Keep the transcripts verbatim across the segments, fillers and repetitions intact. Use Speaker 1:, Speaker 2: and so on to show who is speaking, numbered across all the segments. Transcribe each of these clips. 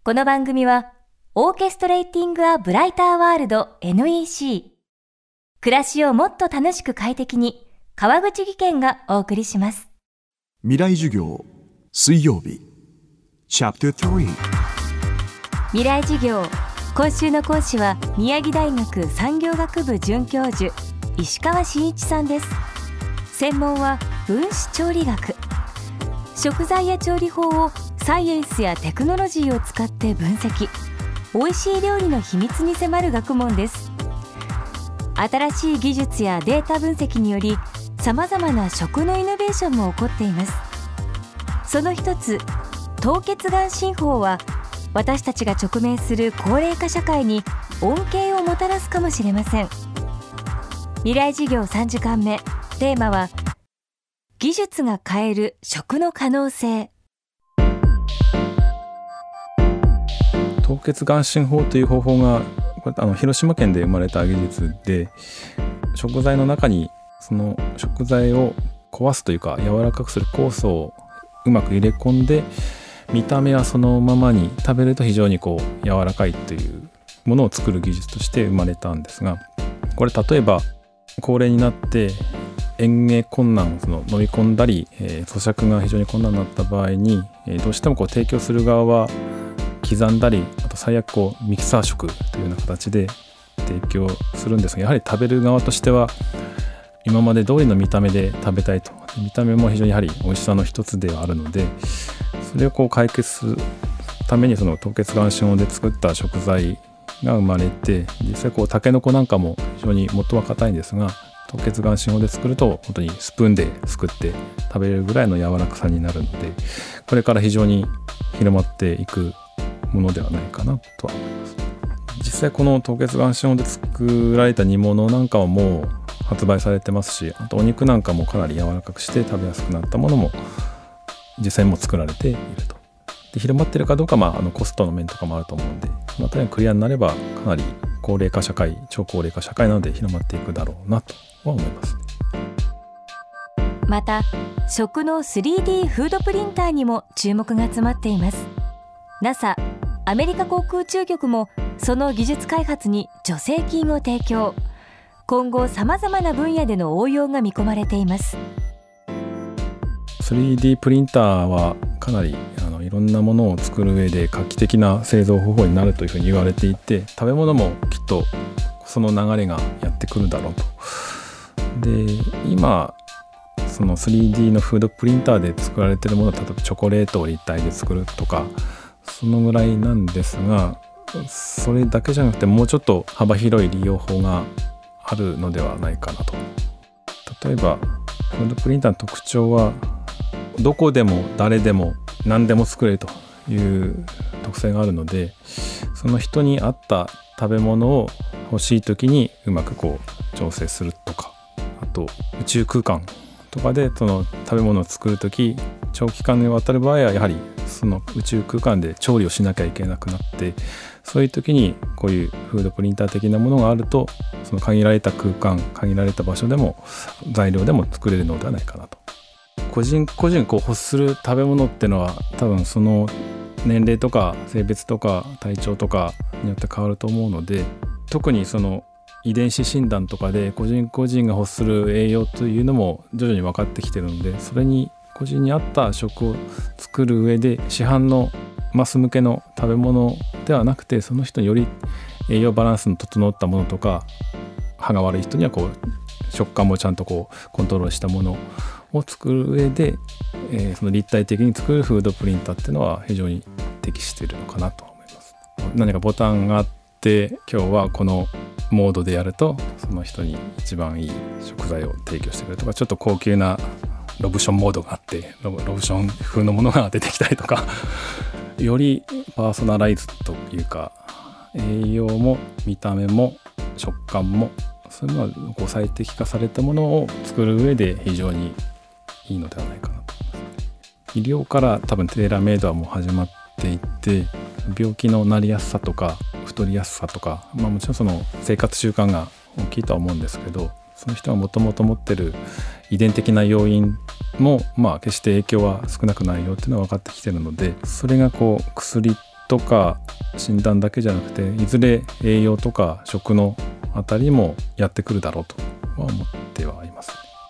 Speaker 1: この番組はオーケストレーティング・ア・ブライター・ワールド エヌイーシー 暮らしをもっと楽しく快適に川口義賢がお送りします。
Speaker 2: 未来授業水曜日チャプタースリー
Speaker 1: 未来授業、今週の講師は宮城大学産業学部准教授石川真一さんです。専門は分子調理学。食材や調理法をサイエンスやテクノロジーを使って分析、美味しい料理の秘密に迫る学問です。新しい技術やデータ分析によりさまざまな食のイノベーションも起こっています。その一つ、凍結がん新法は私たちが直面する高齢化社会に恩恵をもたらすかもしれません。未来授業さんじかんめ、テーマは技術が変える食の可能性。
Speaker 3: 凍結眼振法という方法がこれあの広島県で生まれた技術で、食材の中にその食材を壊すというか柔らかくする酵素をうまく入れ込んで、見た目はそのままに食べると非常にこう柔らかいというものを作る技術として生まれたんですが、これ例えば高齢になって嚥下困難、その飲み込んだり、えー、咀嚼が非常に困難になった場合に、えー、どうしてもこう提供する側は刻んだり、あと最悪こうミキサー食というような形で提供するんですが、やはり食べる側としては今まで通りの見た目で食べたいと。見た目も非常にやはり美味しさの一つではあるので、それをこう解決するためにその凍結眼振法で作った食材が生まれて、実際こうタケノコなんかも非常に元は硬いんですが、凍結眼振法で作ると本当にスプーンですくって食べれるぐらいの柔らかさになるので、これから非常に広まっていくものではないかなとは思います。実際この凍結眼振法で作られた煮物なんかはもう発売されてますし、あとお肉なんかもかなり柔らかくして食べやすくなったものも実際も作られていると。で広まっているかどうか、まあ、あのコストの面とかもあると思うので、そのあたりがクリアになればかなり高齢化社会、超高齢化社会なので広まっていくだろうなとは思います。
Speaker 1: また食の スリーディー フードプリンターにも注目が集まっています。 ナサ アメリカ航空宇宙局もその技術開発に助成金を提供。今後さまざまな分野での応用が見込まれています。
Speaker 3: スリーディー プリンターはかなりあのいろんなものを作る上で画期的な製造方法になるというふうに言われていて、食べ物もきっとその流れがやってくるだろうと。で今その スリーディー のフードプリンターで作られているもの、例えばチョコレートを立体で作るとかそのぐらいなんですが、それだけじゃなくてもうちょっと幅広い利用法があるのではないかなと。例えばフードプリンターの特徴はどこでも誰でも何でも作れるという特性があるので、その人に合った食べ物を欲しい時にうまくこう調整するとか、あと宇宙空間とかでその食べ物を作る時、長期間にわたる場合はやはりその宇宙空間で調理をしなきゃいけなくなって、そういう時にこういうフードプリンター的なものがあると、その限られた空間、限られた場所でも材料でも作れるのではないかなと。個人個人こう欲する食べ物っていうのは多分その年齢とか性別とか体調とかによって変わると思うので、特にその遺伝子診断とかで個人個人が欲する栄養というのも徐々に分かってきてるので、それに個人に合った食を作る上で市販のマス向けの食べ物ではなくて、その人により栄養バランスの整ったものとか、歯が悪い人にはこう食感もちゃんとこうコントロールしたものを作る上で、えー、その立体的に作るフードプリンターっていうのは非常に適しているのかなと思います。何かボタンがあって、今日はこのモードでやるとその人に一番いい食材を提供してくれるとか、ちょっと高級なロブションモードがあってロブション風のものが出てきたりとかよりパーソナライズというか、栄養も見た目も食感もそういうのがこう最適化されたものを作る上で非常にいいのではないかなと思います。医療から多分テーラーメイドはもう始まっていて、病気のなりやすさとか太りやすさとか、まあ、もちろんその生活習慣が大きいとは思うんですけど、その人がもともと持ってる遺伝的な要因もまあ決して影響は少なくないよっていうのは分かってきてるので、それがこう薬とか診断だけじゃなくて、いずれ栄養とか食のあたりもやってくるだろうとは思ってはいます。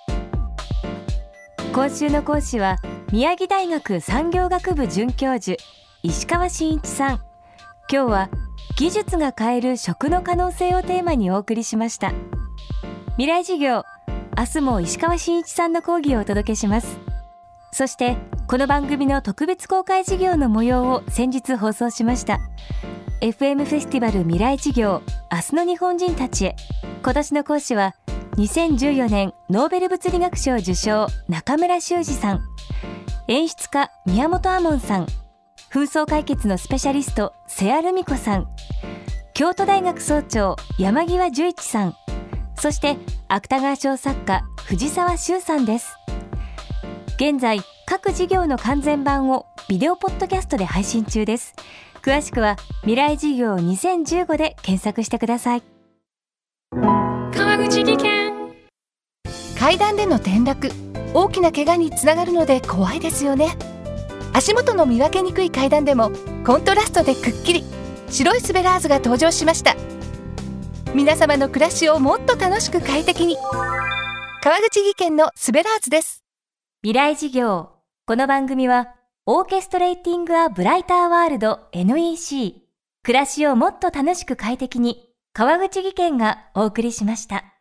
Speaker 1: 今週の講師は宮城大学産業学部准教授石川真一さん。今日は技術が変える食の可能性をテーマにお送りしました。未来授業、明日も石川真一さんの講義をお届けします。そしてこの番組の特別公開授業の模様を先日放送しました。 エフエム フェスティバル未来授業、明日の日本人たちへ。今年の講師はにせんじゅうよねんノーベル物理学賞受賞中村修二さん、演出家宮本亞門さん、紛争解決のスペシャリスト瀬谷ルミ子さん、京都大学総長山際十一さん、そして芥川賞作家藤沢修さんです。現在各授業の完全版をビデオポッドキャストで配信中です。詳しくは未来授業にせんじゅうごで検索してください。
Speaker 4: 川口技研。階段での転落、大きな怪我につながるので怖いですよね。足元の見分けにくい階段でもコントラストでくっきり白いスベラーズが登場しました。皆様の暮らしをもっと楽しく快適に、川口技研のスベラーズです。
Speaker 1: 未来授業、この番組はオーケストレーティングアブライターワールド エヌイーシー、 暮らしをもっと楽しく快適に、川口技研がお送りしました。